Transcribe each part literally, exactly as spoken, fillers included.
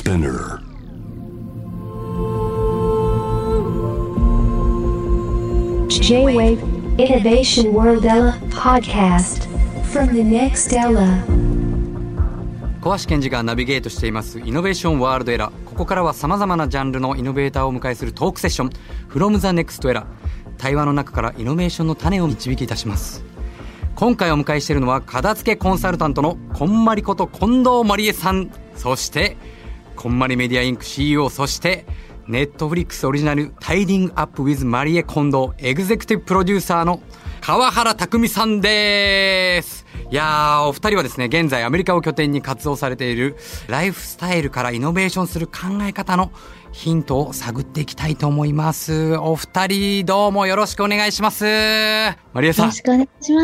Spinner J-Wave Innovation World Ella Podcast from the next Ella。 小橋健二がナビゲートしていますイノベーションワールドエラー。ここからは様々なジャンルのイノベーターをお迎えするトークセッション From the Next Era。 対話の中からイノベーションの種を導き出します。今回お迎えしているのは片付けコンサルタントのこんまりこと近藤まりえさん、そしてこんまりメディアインク シーイーオー、そしてネットフリックスオリジナルタイディングアップ with マリエ近藤エグゼクティブプロデューサーの川原拓さんです。いやー、お二人はですね、現在アメリカを拠点に活動されているライフスタイルからイノベーションする考え方のヒントを探っていきたいと思います。お二人どうもよろしくお願いします。マリエさん、 よろしくお願いします。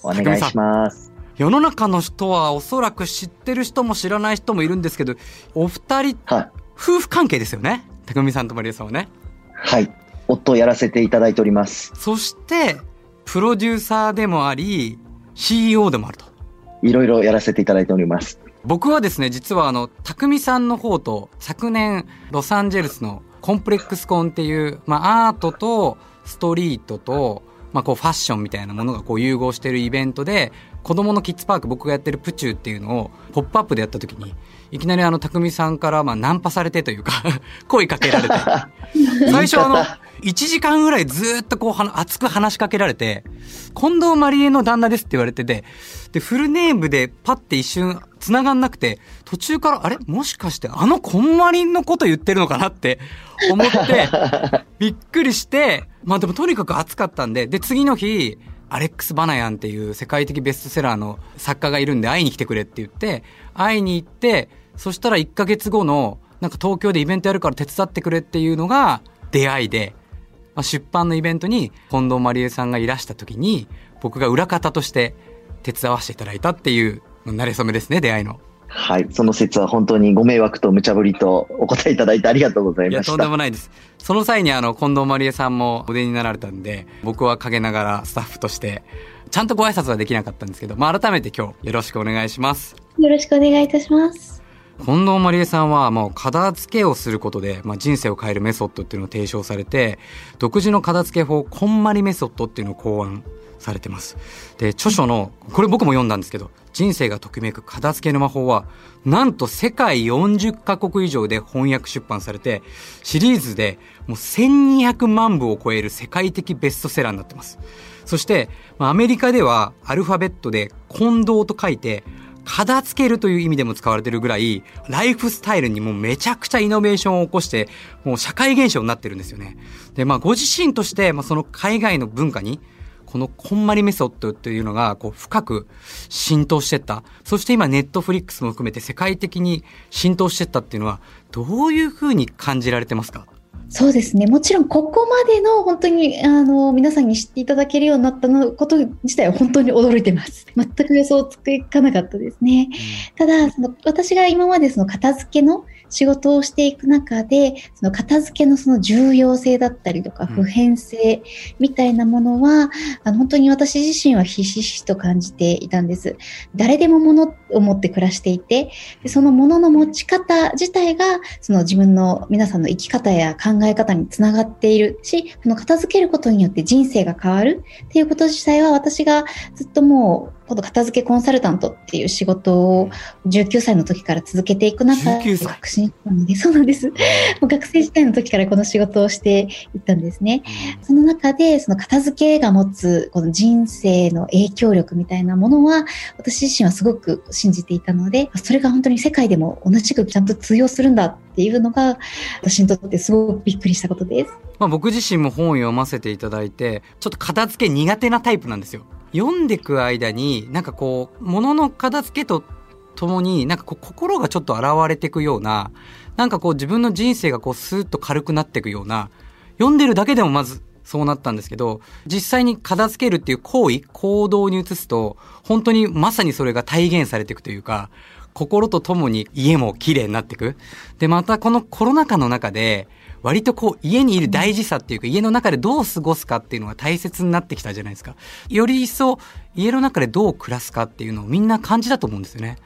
お願いします。 世の中の人はおそらく知ってる人も知らない人もいるんですけど、お二人、はい、夫婦関係ですよね。匠さんとマリエさんはね。 はい、夫をやらせていただいております。 そしてプロデューサーでもあり シーイーオー でもあると。 いろいろやらせていただいております。 僕はですね、実はあの匠さんの方と昨年ロサンゼルスのコンプレックスコンっていう、まあ、アートとストリートと、まあ、こうファッションみたいなものがこう融合しているイベントで、子供のキッズパーク、僕がやってるプチューっていうのをポップアップでやった時に、いきなりあの匠さんからまあナンパされてというか声かけられて最初あのいちじかんぐらいずっとこう熱く話しかけられて、近藤まりえの旦那ですって言われてて、でフルネームでパッて一瞬繋がんなくて、途中からあれもしかしてあのこんまりのこと言ってるのかなって思ってびっくりして、まあでもとにかく熱かったんで、で次の日アレックス・バナヤンっていう世界的ベストセラーの作家がいるんで会いに来てくれって言って会いに行って、そしたらいっかげつごのなんか東京でイベントやるから手伝ってくれっていうのが出会いで、まあ、出版のイベントに近藤まりえさんがいらした時に僕が裏方として手伝わせていただいたっていう馴れ初めですね、出会いの。 はい、その説は本当にご迷惑と無茶ぶりとお答えいただいてありがとうございました。 いや、とんでもないです。その際にあの近藤まりえさんもお出になられたんで、僕は陰ながらスタッフとしてちゃんとご挨拶はできなかったんですけど、まあ、改めて今日よろしくお願いします。 よろしくお願いいたします。 近藤まりえさんはもう片付けをすることで、まあ、人生を変えるメソッドっていうのを提唱されて、独自の片付け法こんまりメソッドっていうのを考案されてます。で、著書のこれ僕も読んだんですけど、人生がときめく片付けの魔法はなんと世界よんじゅっかこく以上で翻訳出版されて、シリーズでもうせんにひゃくまんぶを超える世界的ベストセラーになってます。そして、まあ、アメリカではアルファベットで近藤と書いて片付けるという意味でも使われているぐらい、ライフスタイルにもめちゃくちゃイノベーションを起こして、もう社会現象になってるんですよね。で、まあご自身として、まあその海外の文化にこのこんまりメソッドっていうのがこう深く浸透していった。そして今ネットフリックスも含めて世界的に浸透していったっていうのは、どういうふうに感じられてますか？ そうですね。もちろんここまでの本当にあの皆さんに知っていただけるようになったのこと自体は本当に驚いてます。全く予想つかなかったですね。うん、ただその私が今までその片付けの仕事をしていく中で、その片付けのその重要性だったりとか普遍性みたいなものは、うん、あの本当に私自身はひしひしと感じていたんです。誰でも物を持って暮らしていて、でその物の持ち方自体がその自分の皆さんの生き方や考え方につながっているし、その片付けることによって人生が変わるっていうこと自体は、私がずっともうこの片付けコンサルタントっていう仕事をじゅうきゅうさいの時から続けていく中で確信したので、そうなんです。もう学生時代の時からこの仕事をしていったんですね。その中でその片付けが持つこの人生の影響力みたいなものは、私自身はすごく信じていたので、それが本当に世界でも同じくちゃんと通用するんだっていうのが、私にとってすごくびっくりしたことです。 まあ、僕自身も本を読ませていただいて、ちょっと片付け苦手なタイプなんですよ。読んでいく間になんかこう物の片付けとともになんかこう心がちょっと現れていくような、なんかこう自分の人生がこうスーッと軽くなっていくような、読んでるだけでもまずそうなったんですけど、実際に片付けるっていう行為行動に移すと本当にまさにそれが体現されていくというか、心とともに家も綺麗になっていく。でまたこのコロナ禍の中で割とこう家にいる大事さっていうか、家の中でどう過ごすかっていうのが大切になってきたじゃないですか。より一層家の中でどう暮らすかっていうのをみんな感じたと思うんですよね。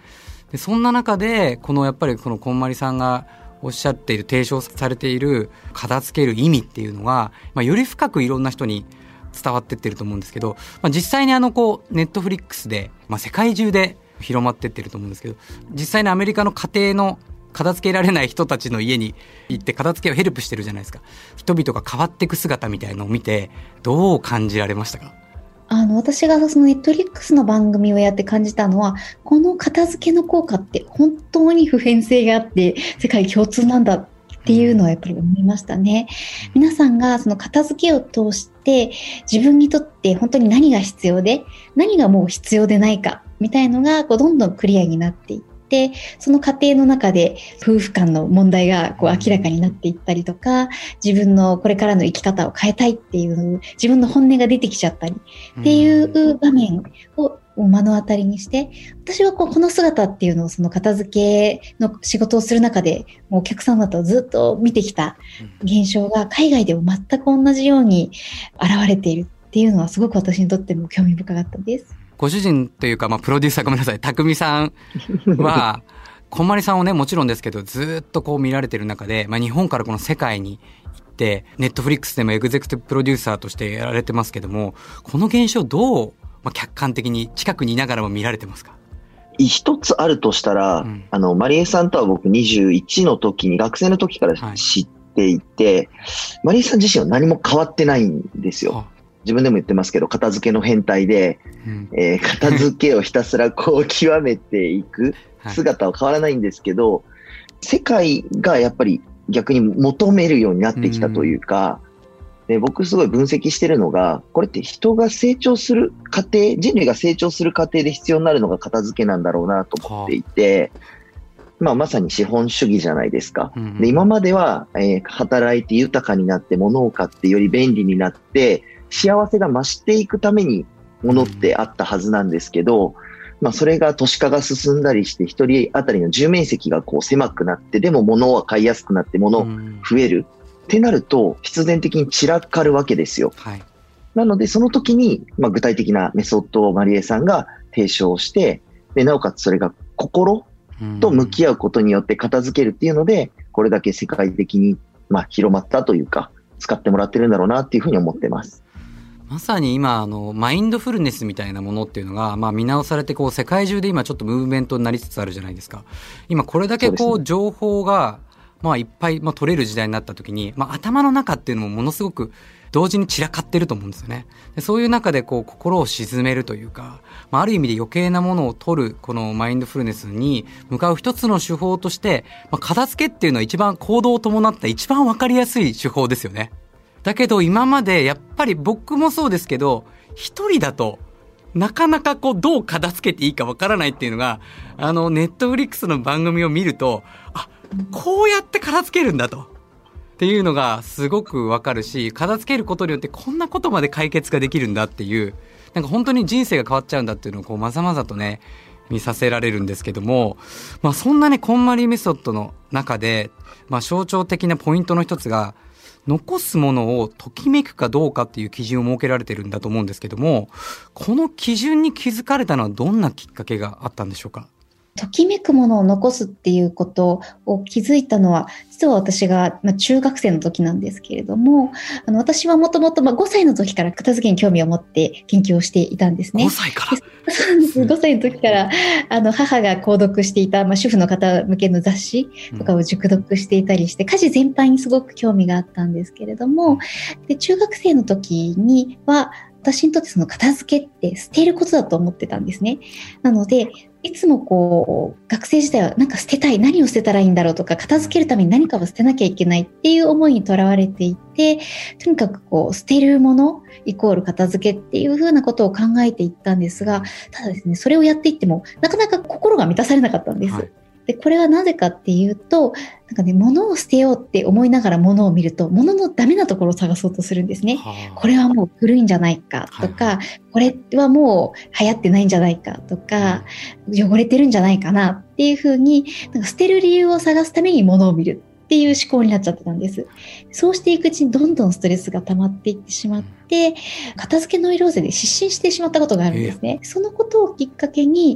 でそんな中でこのやっぱりこのこんまりさんがおっしゃっている提唱されている片付ける意味っていうのが、まあ、より深くいろんな人に伝わってってると思うんですけど、まあ、実際にあのこうネットフリックスで、まあ、世界中で広まってってると思うんですけど、実際にアメリカの家庭の片付けられない人たちの家に行って片付けをヘルプしてるじゃないですか。人々が変わっていく姿みたいのを見てどう感じられましたか？ あの私がそのネットフリックスの番組をやって感じたのは、この片付けの効果って本当に普遍性があって世界共通なんだっていうのはやっぱり思いましたね。皆さんがその片付けを通して自分にとって本当に何が必要で何がもう必要でないかみたいのがこうどんどんクリアになっていって、その過程の中で夫婦間の問題がこう明らかになっていったりとか、自分のこれからの生き方を変えたいっていう自分の本音が出てきちゃったりっていう場面を目の当たりにして、私はこうこの姿っていうのをその片付けの仕事をする中でもうお客様とずっと見てきた現象が海外でも全く同じように現れているっていうのはすごく私にとっても興味深かったです。 ご主人というか、まあ、プロデューサーごめんなさい、匠さんはこんまりさんをねもちろんですけどずっとこう見られてる中で、まあ、日本からこの世界に行ってネットフリックスでもエグゼクティブプロデューサーとしてやられてますけども、この現象どう、まあ、客観的に近くにいながらも見られてますか？ 一つあるとしたら、うん、あのマリエさんとは僕にじゅういちの時に学生の時から知っていて、はい、マリエさん自身は何も変わってないんですよ。自分でも言ってますけど、片付けの変態で、うんえー、片付けをひたすらこう極めていく姿は変わらないんですけど、はい、世界がやっぱり逆に求めるようになってきたというか、うん、で僕すごい分析してるのが、これって人が成長する過程、人類が成長する過程で必要になるのが片付けなんだろうなと思っていて、まあ、まさに資本主義じゃないですか。うん、で今までは、えー、働いて豊かになって物を買ってより便利になって幸せが増していくために物ってあったはずなんですけど、うん、まあそれが都市化が進んだりして一人当たりの住面積がこう狭くなって、でも物は買いやすくなって物増える、うん、ってなると必然的に散らかるわけですよ。はい、なのでその時に、まあ、具体的なメソッドをマリエさんが提唱して、でなおかつそれが心と向き合うことによって片付けるっていうので、これだけ世界的にまあ広まったというか使ってもらってるんだろうなっていうふうに思ってます。 まさに今あのマインドフルネスみたいなものっていうのが、まあ、見直されてこう世界中で今ちょっとムーブメントになりつつあるじゃないですか。今これだけこう情報がまあいっぱいまあ取れる時代になった時に、まあ、頭の中っていうのもものすごく同時に散らかってると思うんですよね。でそういう中でこう心を鎮めるというか、まあ、ある意味で余計なものを取るこのマインドフルネスに向かう一つの手法として、まあ、片付けっていうのは一番行動を伴った一番わかりやすい手法ですよね。だけど今までやっぱり僕もそうですけど、一人だとなかなかこうどう片付けていいかわからないっていうのが、あのネットフリックスの番組を見ると、あ、こうやって片付けるんだとっていうのがすごくわかるし、片付けることによってこんなことまで解決ができるんだっていう、なんか本当に人生が変わっちゃうんだっていうのをこうまざまざとね見させられるんですけども、まあそんなねこんまりメソッドの中で、まあ象徴的なポイントの一つが、残すものをときめくかどうかっていう基準を設けられてるんだと思うんですけども、この基準に気づかれたのはどんなきっかけがあったんでしょうか？ ときめくものを残すっていうことを気づいたのは、実は私が、まあ、中学生の時なんですけれども、あの私はもともとごさいの時から片付けに興味を持って研究をしていたんですね。 ごさいからごさいの時からあの母が購読していた、まあ、主婦の方向けの雑誌とかを熟読していたりして、うん、家事全般にすごく興味があったんですけれども、で中学生の時には私にとってその片付けって捨てることだと思ってたんですね。なのでいつもこう学生時代はなんか捨てたい、何を捨てたらいいんだろうとか、片付けるために何かを捨てなきゃいけないっていう思いにとらわれていて、とにかくこう捨てるものイコール片付けっていうふうなことを考えていったんですが、ただですね、それをやっていってもなかなか心が満たされなかったんです。はい、でこれはなぜかっていうと、なんかね、物を捨てようって思いながら物を見ると、物のダメなところを探そうとするんですね。これはもう古いんじゃないかとか、はいはい、これはもう流行ってないんじゃないかとか、汚れてるんじゃないかなっていうふうに、なんか捨てる理由を探すために物を見るっていう思考になっちゃってたんです。そうしていくうちにどんどんストレスが溜まっていってしまって、片付けノイローゼで失神してしまったことがあるんですね。そのことをきっかけに、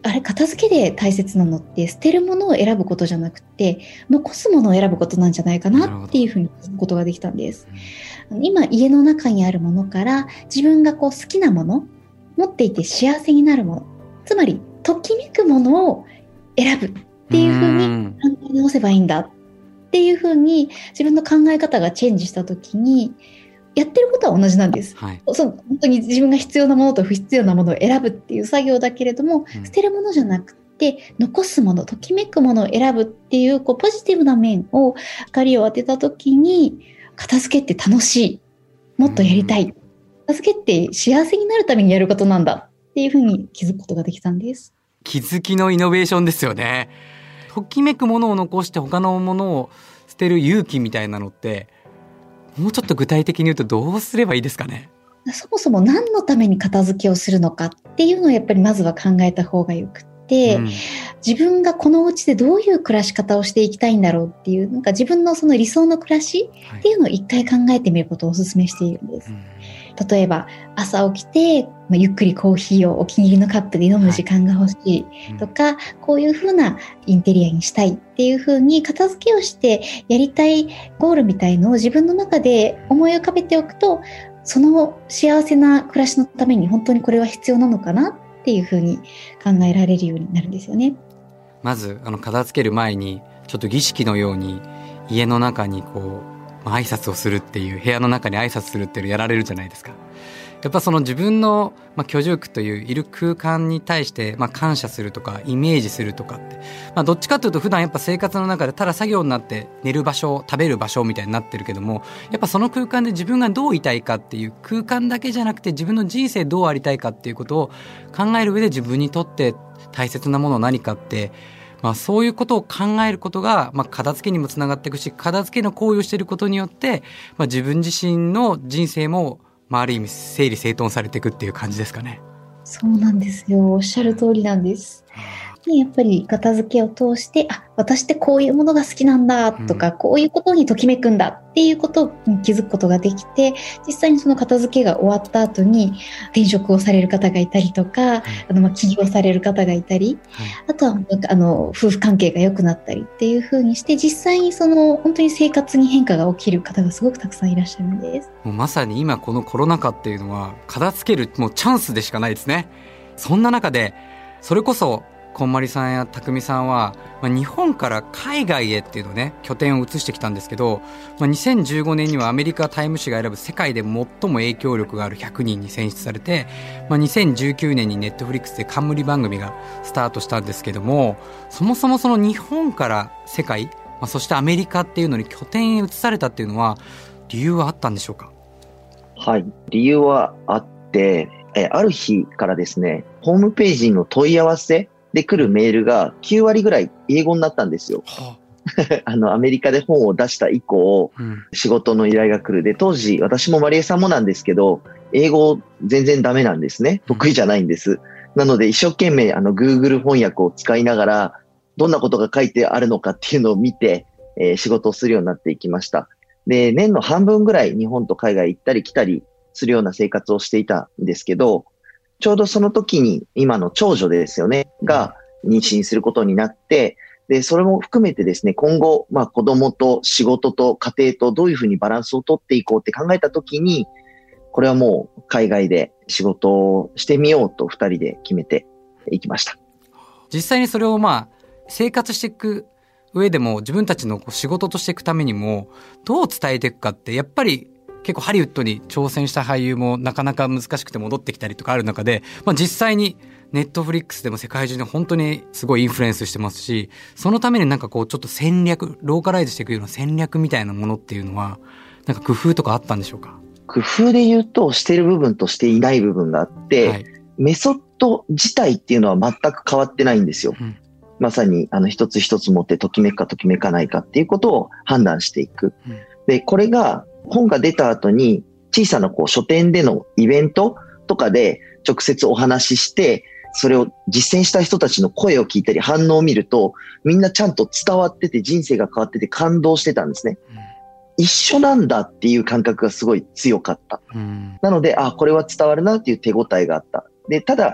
あれ、片付けで大切なのって捨てるものを選ぶことじゃなくて残すものを選ぶことなんじゃないかなっていうふうに気づくことができたんです。今家の中にあるものから自分がこう好きなもの、持っていて幸せになるもの、つまりときめくものを選ぶっていうふうに考え直せばいいんだっていうふうに自分の考え方がチェンジしたときに、やってることは同じなんです、はい、そう本当に自分が必要なものと不必要なものを選ぶっていう作業だけれども、うん、捨てるものじゃなくて残すもの、ときめくものを選ぶっていう、こうポジティブな面を光を当てたときに、片付けって楽しい、もっとやりたい、うん、片付けって幸せになるためにやることなんだっていうふうに気づくことができたんです。 気づきのイノベーションですよね。ときめくものを残して他のものを捨てる勇気みたいなのって、もうちょっと具体的に言うとどうすればいいですかね。 そもそも何のために片付けをするのかっていうのをやっぱりまずは考えた方がよくて、うん、自分がこのお家でどういう暮らし方をしていきたいんだろうっていう、なんか自分のその理想の暮らしっていうのを一回考えてみることをお勧めしているんです、はい、例えば朝起きて、まあ、ゆっくりコーヒーをお気に入りのカップで飲む時間が欲しいとか、はい、うん、こういう風なインテリアにしたいっていう風に片付けをしてやりたいゴールみたいのを自分の中で思い浮かべておくと、その幸せな暮らしのために本当にこれは必要なのかなっていう風に考えられるようになるんですよね。 まずあの片付ける前にちょっと儀式のように家の中にこう挨拶をするっていう、部屋の中に挨拶するっていうのをやられるじゃないですか。やっぱその自分の、まあ、居住区といういる空間に対して、まあ、感謝するとかイメージするとかって、まあ、どっちかというと普段やっぱ生活の中でただ作業になって寝る場所、食べる場所みたいになってるけども、やっぱその空間で自分がどういたいかっていう空間だけじゃなくて、自分の人生どうありたいかっていうことを考える上で、自分にとって大切なものは何かって、まあ、そういうことを考えることが、まあ、片付けにもつながっていくし、片付けの行為をしていることによって、まあ、自分自身の人生もまあ、ある意味整理整頓されていくっていう感じですかね。 そうなんですよ。おっしゃる通りなんです。やっぱり片付けを通して、あ、私ってこういうものが好きなんだとか、うん、こういうことにときめくんだっていうことに気づくことができて、実際にその片付けが終わった後に転職をされる方がいたりとか、うん、あのまあ起業される方がいたり、はい、あとはあの夫婦関係が良くなったりっていう風にして、実際にその本当に生活に変化が起きる方がすごくたくさんいらっしゃるんです。 もうまさに今このコロナ禍っていうのは片付けるもうチャンスでしかないですね。そんな中でそれこそこんまりさんやたくみさんは、まあ、日本から海外へっていうのをね、拠点を移してきたんですけど、まあ、にせんじゅうごねんにはアメリカタイム誌が選ぶ世界で最も影響力があるひゃくにんに選出されて、まあ、にせんじゅうきゅうねんにネットフリックスで冠番組がスタートしたんですけども、そもそもその日本から世界、まあ、そしてアメリカっていうのに拠点へ移されたっていうのは理由はあったんでしょうか？ はい、理由はあって、えある日からですね、ホームページの問い合わせで来るメールがきゅうわりぐらい英語になったんですよ。はあ、あのアメリカで本を出した以降、うん、仕事の依頼が来る。で、当時私もまりえさんもなんですけど、英語全然ダメなんですね。得意じゃないんです。うん、なので一生懸命あの Google 翻訳を使いながら、どんなことが書いてあるのかっていうのを見て、えー、仕事をするようになっていきました。で、年の半分ぐらい日本と海外行ったり来たりするような生活をしていたんですけど、ちょうどその時に今の長女ですよね、が妊娠することになって、で、それも含めてですね、今後、まあ子供と仕事と家庭とどういうふうにバランスをとっていこうって考えた時に、これはもう海外で仕事をしてみようと二人で決めていきました。 実際にそれをまあ生活していく上でも、自分たちの仕事としていくためにもどう伝えていくかって、やっぱり結構ハリウッドに挑戦した俳優もなかなか難しくて戻ってきたりとかある中で、まあ、実際にネットフリックスでも世界中で本当にすごいインフルエンスしてますし、そのためになんかこうちょっと戦略、ローカライズしていくような戦略みたいなものっていうのはなんか工夫とかあったんでしょうか？ 工夫で言うとしてる部分としていない部分があって、はい、メソッド自体っていうのは全く変わってないんですよ。うん、まさにあの一つ一つ持ってときめくかときめかないかっていうことを判断していく。うん、で、これが本が出た後に小さなこう書店でのイベントとかで直接お話しして、それを実践した人たちの声を聞いたり反応を見ると、みんなちゃんと伝わってて人生が変わってて感動してたんですね。うん、一緒なんだっていう感覚がすごい強かった。うん、なので、あ、これは伝わるなっていう手応えがあった。で、ただ、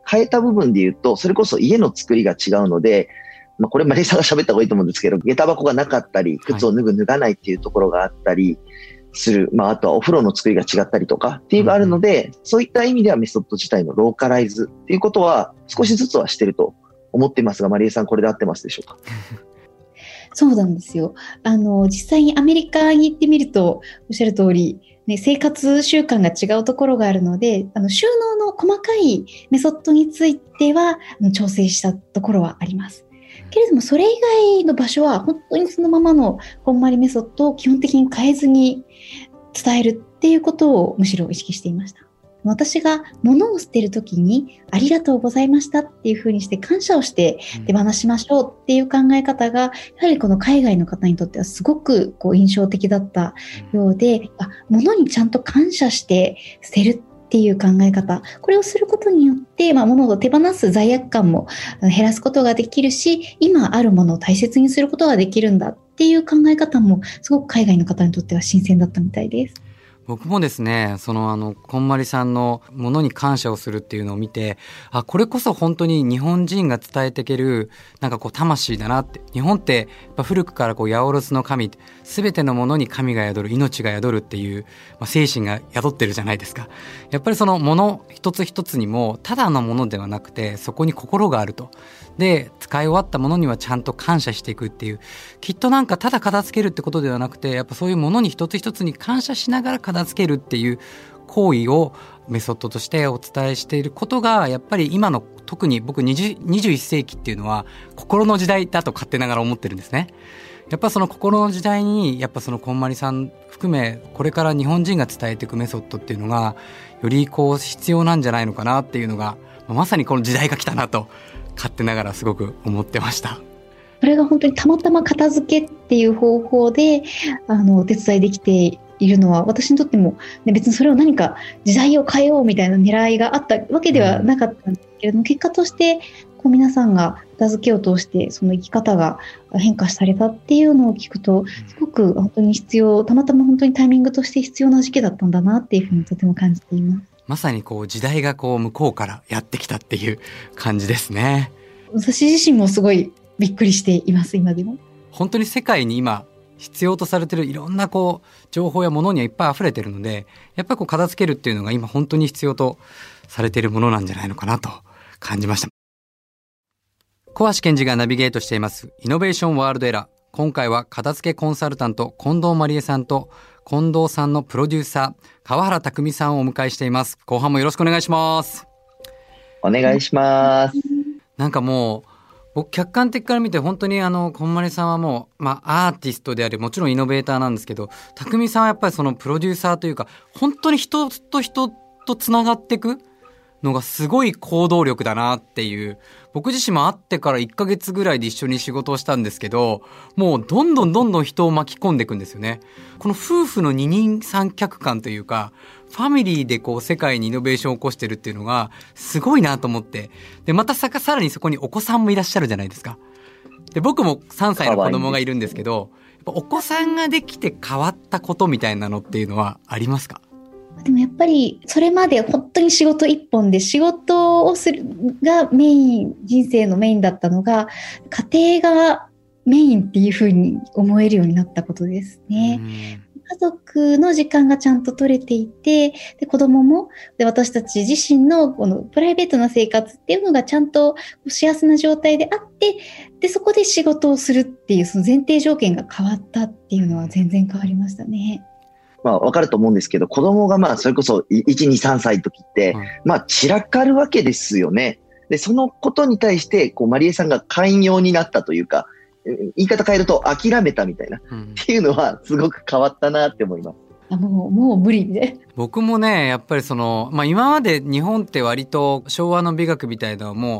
変えた部分で言うと、それこそ家の作りが違うので、まあ、これマリエさんが喋った方がいいと思うんですけど、下駄箱がなかったり、靴を脱ぐ脱がないっていうところがあったりする。はい、まあ、あとはお風呂の作りが違ったりとかっていうのがあるので、うん、そういった意味ではメソッド自体のローカライズっていうことは少しずつはしてると思っていますが、マリエさんこれで合ってますでしょうか？ そうなんですよ。あの、実際にアメリカに行ってみると、おっしゃる通り、ね、生活習慣が違うところがあるので、あの、収納の細かいメソッドについては、調整したところはあります。けれども、それ以外の場所は、本当にそのままのこんまりメソッドを基本的に変えずに伝えるっていうことをむしろ意識していました。私が物を捨てるときにありがとうございましたっていうふうにして感謝をして手放しましょうっていう考え方が、やはりこの海外の方にとってはすごくこう印象的だったようで、あ、物にちゃんと感謝して捨てるっていう考え方、これをすることによって、まあ、物を手放す罪悪感も減らすことができるし、今あるものを大切にすることができるんだっていう考え方もすごく海外の方にとっては新鮮だったみたいです。 僕もですね、そのあの、こんまりさんのものに感謝をするっていうのを見て、あ、これこそ本当に日本人が伝えていける、なんかこう魂だなって。日本ってやっぱ古くからこう、ヤオロスの神、すべてのものに神が宿る、命が宿るっていう、まあ、精神が宿ってるじゃないですか。やっぱりそのもの一つ一つにも、ただのものではなくて、そこに心があると。で、使い終わったものにはちゃんと感謝していくっていう、きっとなんかただ片付けるってことではなくて、やっぱそういうものに一つ一つに感謝しながら片付けるっていう行為をメソッドとしてお伝えしていることが、やっぱり今の特に僕にじゅう、にじゅういっ世紀っていうのは心の時代だと勝手ながら思ってるんですね。やっぱその心の時代に、やっぱそのこんまりさん含め、これから日本人が伝えていくメソッドっていうのがよりこう必要なんじゃないのかなっていうのが、まさにこの時代が来たなと勝手ながらすごく思ってました。 これが本当にたまたま片付けっていう方法であのお手伝いできているのは、私にとっても、ね、別にそれを何か時代を変えようみたいな狙いがあったわけではなかったんですけれども、うん、結果としてこう皆さんが片付けを通してその生き方が変化されたっていうのを聞くと、すごく本当に必要、たまたま本当にタイミングとして必要な時期だったんだなっていうふうにとても感じています。 まさにこう時代がこう向こうからやってきたっていう感じですね。 私自身もすごいびっくりしています。今でも本当に世界に今必要とされているいろんなこう情報やものにはいっぱい溢れているので、やっぱりこう片付けるっていうのが今本当に必要とされているものなんじゃないのかなと感じました。小橋健二がナビゲートしていますイノベーションワールドエラー。今回は片付けコンサルタント近藤まりえさんと近藤さんのプロデューサー川原拓海さんをお迎えしています。後半もよろしくお願いします。 お願いします。 なんかもう僕客観的から見て本当にあのこんまりさんはもう、まあ、アーティストでありもちろんイノベーターなんですけど、拓海さんはやっぱりそのプロデューサーというか本当に人と人とつながっていくのがすごい行動力だなっていう。僕自身も会ってからいっかげつぐらいで一緒に仕事をしたんですけど、もうどんどんどんどん人を巻き込んでいくんですよね。この夫婦の二人三脚感というか、ファミリーでこう世界にイノベーションを起こしてるっていうのがすごいなと思って。で、またささらにそこにお子さんもいらっしゃるじゃないですか。で、僕もさんさいの子供がいるんですけど、やっぱお子さんができて変わったことみたいなのっていうのはありますか？ でもやっぱりそれまで本当に仕事一本で仕事をするがメイン、人生のメインだったのが家庭がメインっていう風に思えるようになったことですね。家族の時間がちゃんと取れていて、で子供もで私たち自身のこのプライベートな生活っていうのがちゃんと幸せな状態であって、でそこで仕事をするっていうその前提条件が変わったっていうのは全然変わりましたね。 まあ、わかると思うんですけど、子供がまあ、それこそいち、に、さんさいの時って、うん、まあ、散らかるわけですよね。で、そのことに対して、こう、まりえさんが寛容になったというか、言い方変えると諦めたみたいな、うん、っていうのはすごく変わったなって思います。 あ、もう、もう無理で。 僕もね、やっぱりその、まあ今まで日本って割と昭和の美学みたいなのも、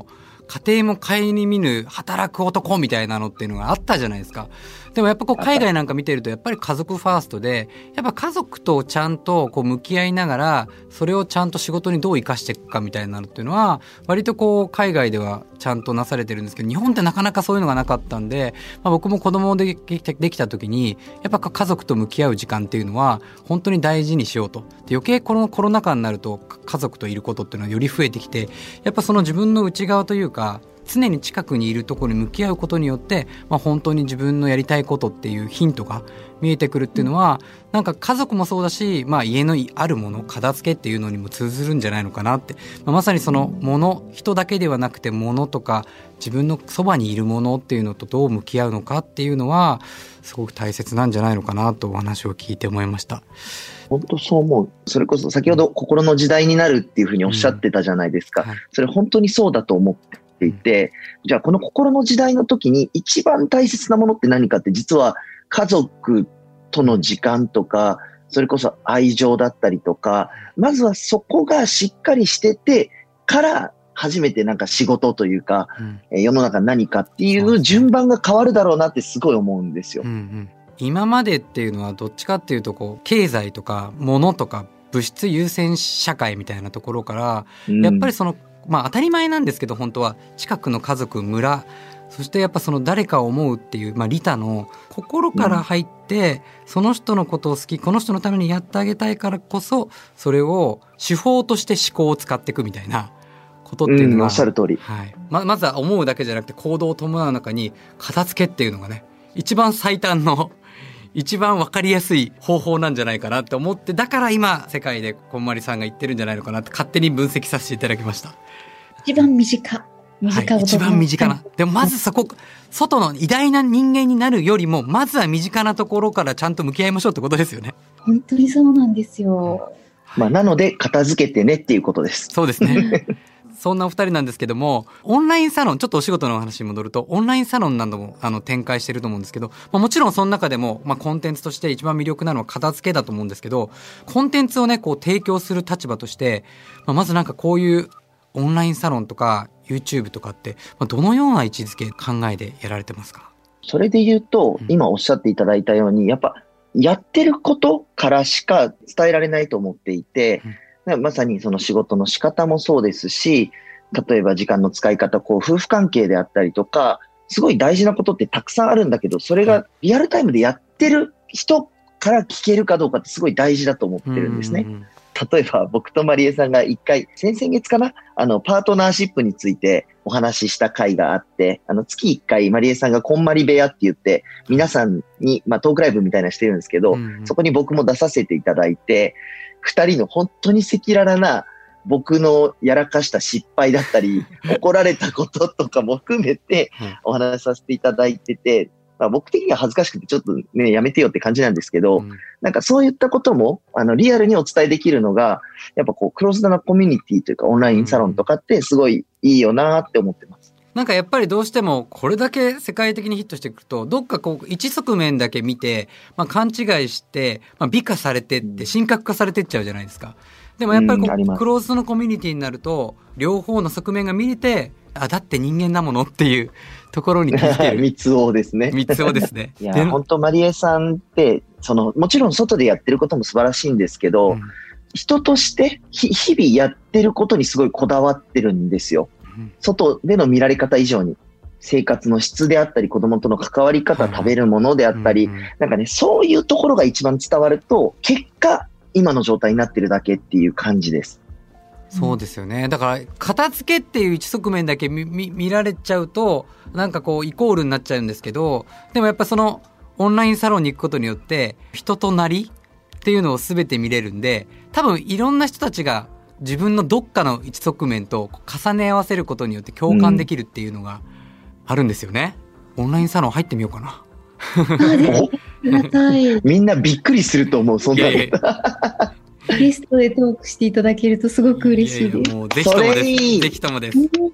家庭も顧みぬ働く男みたいなのっていうのがあったじゃないですか。でもやっぱこう海外なんか見てるとやっぱり家族ファーストで、やっぱ家族とちゃんとこう向き合いながらそれをちゃんと仕事にどう生かしていくかみたいなのっていうのは割とこう海外ではちゃんとなされてるんですけど、日本ってなかなかそういうのがなかったんで、まあ、僕も子供できた、できた時にやっぱ家族と向き合う時間っていうのは本当に大事にしようと。で余計このコロナ禍になると家族といることっていうのはより増えてきて、やっぱその自分の内側というか常に近くにいるところに向き合うことによって、まあ、本当に自分のやりたいことっていうヒントが見えてくるっていうのは、なんか家族もそうだし、まあ、家のあるもの片付けっていうのにも通ずるんじゃないのかなって、まあ、まさにそのもの人だけではなくてものとか自分のそばにいるものっていうのとどう向き合うのかっていうのはすごく大切なんじゃないのかなとお話を聞いて思いました。 本当そう思う。それこそ先ほど心の時代になるっていうふうにおっしゃってたじゃないですか、うんはい、それ本当にそうだと思っていて、じゃあこの心の時代の時に一番大切なものって何かって、実は家族との時間とか、それこそ愛情だったりとか、まずはそこがしっかりしててから初めてなんか仕事というか、うん、世の中何かっていう順番が変わるだろうなってすごい思うんですよ、うんうん、 今までっていうのはどっちかっていうとこう経済とか物とか物質優先社会みたいなところから、うん、やっぱりそのまあ当たり前なんですけど、本当は近くの家族、村、そしてやっぱその誰かを思うっていう、まあ、利他の心から入って、うん、その人のことを好き、この人のためにやってあげたいからこそそれを手法として思考を使っていくみたいなことっていうのが、 うん、おっしゃる通り、 はい、ま, まずは思うだけじゃなくて行動を伴う中に片付けっていうのがね、一番最短の一番分かりやすい方法なんじゃないかなって思って、だから今世界でこんまりさんが言ってるんじゃないのかなって勝手に分析させていただきました。 一番身近短はい、一番身近な、でもまずそこ外の偉大な人間になるよりもまずは身近なところからちゃんと向き合いましょうってことですよね。 本当にそうなんですよ、 まあ、なので片付けてねっていうことです。 そうですねそんなお二人なんですけども、オンラインサロン、ちょっとお仕事の話に戻るとオンラインサロンなどもあの展開してると思うんですけど、まあ、もちろんその中でも、まあ、コンテンツとして一番魅力なのは片付けだと思うんですけど、コンテンツをねこう提供する立場として、まあ、まずなんかこういうオンラインサロンとか YouTube とかって、まあ、どのような位置づけ考えでやられてますか？ それで言うと、うん、今おっしゃっていただいたようにやっぱやってることからしか伝えられないと思っていて、うん、まさにその仕事の仕方もそうですし、例えば時間の使い方、こう夫婦関係であったりとか、すごい大事なことってたくさんあるんだけど、それがリアルタイムでやってる人から聞けるかどうかってすごい大事だと思ってるんですね。うんうんうん、例えば僕とまりえさんが一回、先々月かな、あの、パートナーシップについてお話しした回があって、あの、月一回まりえさんがこんまり部屋って言って、皆さんに、まあ、トークライブみたいなのしてるんですけど、うんうん、そこに僕も出させていただいて、二人の本当に赤裸々な僕のやらかした失敗だったり、怒られたこととかも含めてお話しさせていただいてて、まあ、僕的には恥ずかしくてちょっとね、やめてよって感じなんですけど、うん、なんかそういったことも、あの、リアルにお伝えできるのが、やっぱこう、クローズドなコミュニティというか、オンラインサロンとかってすごいいいよなって思ってます。 なんかやっぱりどうしてもこれだけ世界的にヒットしてくると、どっかこう一側面だけ見て、まあ、勘違いして、まあ、美化されてって神格化されてっちゃうじゃないですか。でもやっぱりこう、うん、クローズドのコミュニティになると両方の側面が見れて、あ、だって人間だものっていうところに気づける。 三つおですね。 三つおですね。 いや、本当まりえさんって、その、もちろん外でやってることも素晴らしいんですけど、うん、人としてひ日々やってることにすごいこだわってるんですよ。うん、外での見られ方以上に。生活の質であったり、子供との関わり方、食べるものであったり、うんうん、なんかね、そういうところが一番伝わると、結果、今の状態になってるだけっていう感じです。 そうですよね。だから片付けっていう一側面だけ 見, 見, 見られちゃうとなんかこうイコールになっちゃうんですけど、でもやっぱそのオンラインサロンに行くことによって人となりっていうのを全て見れるんで、多分いろんな人たちが自分のどっかの一側面と重ね合わせることによって共感できるっていうのがあるんですよね。うん、オンラインサロン入ってみようかな。 みんなびっくりすると思う。そんなの。いやいやゲストでトークしていただけるとすごく嬉しいです。いやいや、もうぜひともです。ぜひともです。 本当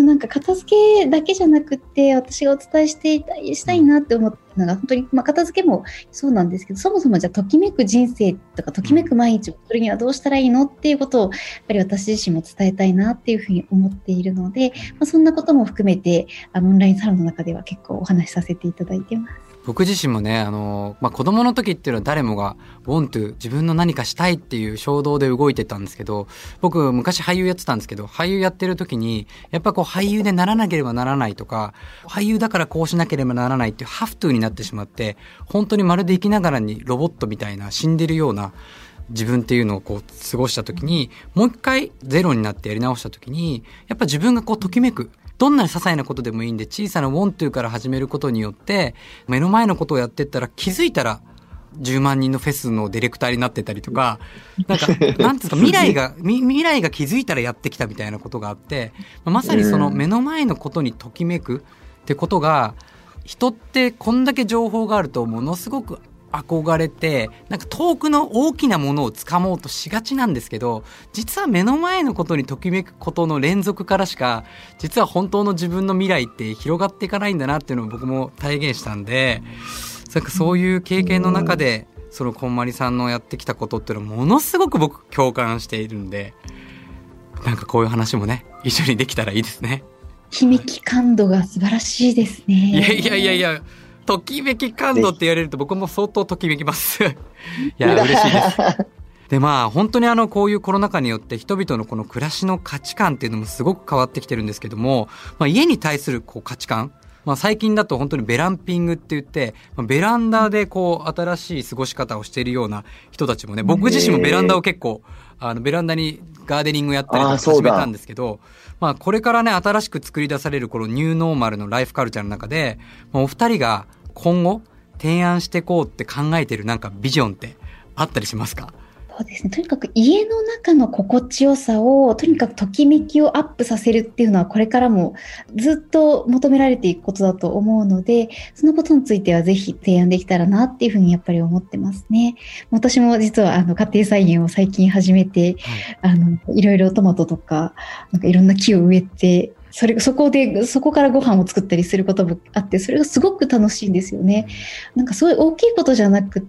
どなんか片付けだけじゃなくて、私がお伝えしていたしたいなって思ってるのが、本当に、まあ、片付けもそうなんですけど、そもそもじゃあときめく人生とかときめく毎日を送るにはどうしたらいいのっていうことをやっぱり私自身も伝えたいなっていうふうに思っているので、まあ、そんなことも含めてあのオンラインサロンの中では結構お話しさせていただいてます。 僕自身もね、あの、まあ、子供の時っていうのは誰もが want to 自分の何かしたいっていう衝動で動いてたんですけど、僕昔俳優やってたんですけど、俳優やってる時にやっぱこう俳優でならなければならないとか、俳優だからこうしなければならないっていうハフトゥーになってしまって、本当にまるで生きながらにロボットみたいな死んでるような自分っていうのをこう過ごした時に、もう一回ゼロになってやり直した時に、やっぱ自分がこうときめく、どんなに些細なことでもいいんで、小さな want to から始めることによって目の前のことをやってったら、気づいたらじゅうまんにんのフェスのディレクターになってたりとか、なんかなんていうんですか、未来が未来が気づいたらやってきたみたいなことがあって、まさにその目の前のことにときめくってことが、人ってこんだけ情報があるとものすごく憧れて、なんか遠くの大きなものを掴もうとしがちなんですけど、実は目の前のことにときめくことの連続からしか、実は本当の自分の未来って広がっていかないんだなっていうのを僕も体現したんで、なんかそういう経験の中でそのこんまりさんのやってきたことっていうのはものすごく僕共感しているんで、なんかこういう話もね一緒にできたらいいですね。 ときめき感度が素晴らしいですね。 いやいやいやいや、ときめき感度って言われると僕も相当ときめきますいや嬉しいですで、まあ本当にあのこういうコロナ禍によって人々のこの暮らしの価値観っていうのもすごく変わってきてるんですけども、まあ、家に対するこう価値観、まあ、最近だと本当にベランピングって言って、まあ、ベランダでこう新しい過ごし方をしているような人たちもね、僕自身もベランダを結構あのベランダにガーデニングやったりとか始めたんですけど、まあこれからね新しく作り出されるこのニューノーマルのライフカルチャーの中で、まあ、お二人が今後提案していこうって考えてるなんかビジョンってあったりしますか？ そうですね。とにかく家の中の心地よさを、とにかくときめきをアップさせるっていうのはこれからもずっと求められていくことだと思うので、そのことについてはぜひ提案できたらなっていうふうにやっぱり思ってますね。私も実はあの家庭菜園を最近始めて、はい、あのいろいろトマトとか、なんかいろんな木を植えて、それ、そこで、そこからご飯を作ったりすることもあって、それがすごく楽しいんですよね。なんかすごい大きいことじゃなくって、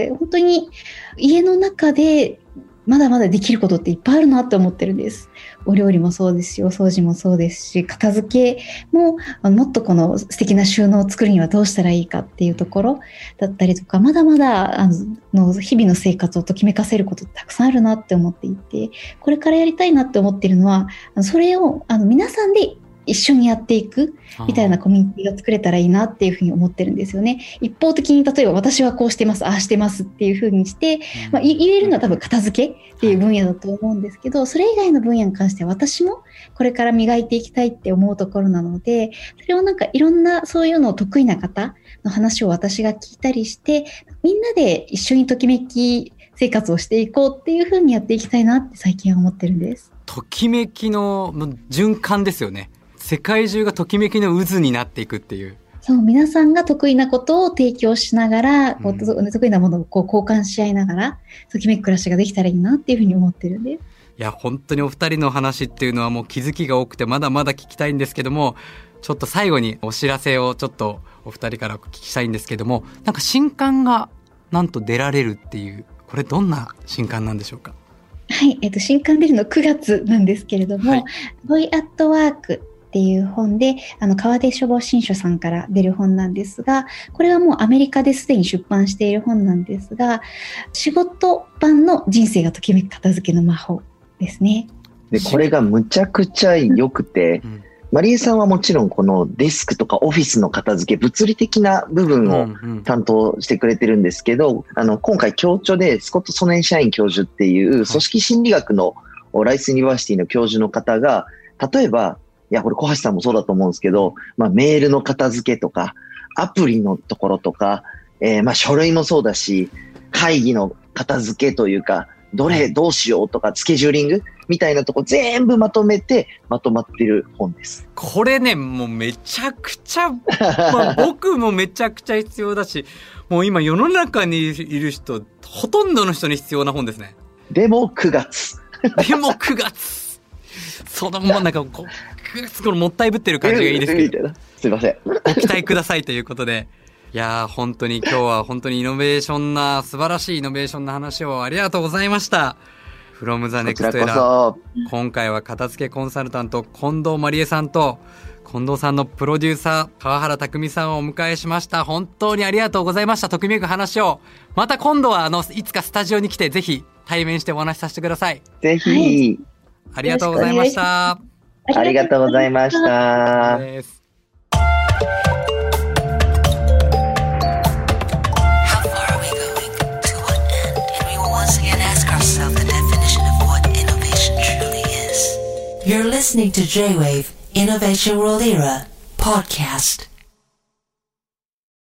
本当に家の中でまだまだできることっていっぱいあるなって思ってるんです。お料理もそうですし、お掃除もそうですし、片付けももっとこの素敵な収納を作るにはどうしたらいいかっていうところだったりとか、まだまだあの日々の生活をときめかせることってたくさんあるなって思っていて、これからやりたいなって思っているのは、それをあの皆さんで一緒にやっていくみたいなコミュニティが作れたらいいなっていうふうに思ってるんですよね。一方的に例えば私はこうしてます、ああしてますっていうふうにして、まあ、言えるのは多分片付けっていう分野だと思うんですけど、それ以外の分野に関しては私もこれから磨いていきたいって思うところなので、それをなんかいろんなそういうのを得意な方の話を私が聞いたりして、みんなで一緒にときめき生活をしていこうっていうふうにやっていきたいなって最近は思ってるんです。 ときめきの循環ですよね。世界中がときめきの渦になっていくっていう。 そう、皆さんが得意なことを提供しながら、こう、うん、得意なものをこう交換し合いながら、ときめく暮らしができたらいいなっていうふうに思ってるんです。 いや、本当にお二人の話っていうのはもう気づきが多くて、まだまだ聞きたいんですけども、ちょっと最後にお知らせをちょっとお二人からお聞きしたいんですけども、なんか新刊がなんと出られるっていう、これどんな新刊なんでしょうか？ はい、えっと、新刊出るのくがつなんですけれども、はい、ボイアットワークっていう本で、あの川出書房新書さんから出る本なんですが、これはもうアメリカですでに出版している本なんですが、仕事版の人生がときめく片付けの魔法ですね。 で、これがむちゃくちゃ良くて、うん、マリエさんはもちろんこのデスクとかオフィスの片付け、物理的な部分を担当してくれてるんですけど、うんうん、あの今回教著でスコット・ソネンシャイン教授っていう組織心理学のライスユニバーシティの教授の方が、例えばいや、これ小橋さんもそうだと思うんですけど、まあメールの片付けとか、アプリのところとか、えー、まあ書類もそうだし、会議の片付けというか、どれどうしようとか、スケジューリングみたいなとこ全部まとめてまとまってる本です。 これね、もうめちゃくちゃ、まあ、僕もめちゃくちゃ必要だし、もう今世の中にいる人、ほとんどの人に必要な本ですね。 でもくがつ。 でもくがつ。そのもうなんかこうこのもったいぶってる感じがいいですけど。 すいません。 ご期待くださいということで。いやー、本当に今日は本当にイノベーションな、素晴らしいイノベーションな話をありがとうございました。from the next era。今回は片付けコンサルタント、近藤まりえさんと、近藤さんのプロデューサー、川原拓実さんをお迎えしました。本当にありがとうございました。ときめく話を。また今度は、あの、いつかスタジオに来て、ぜひ対面してお話しさせてください。 ぜひ。はい、 ありがとうございました。 ありがとうございました。 You're listening to J-Wave Innovation World Era podcast.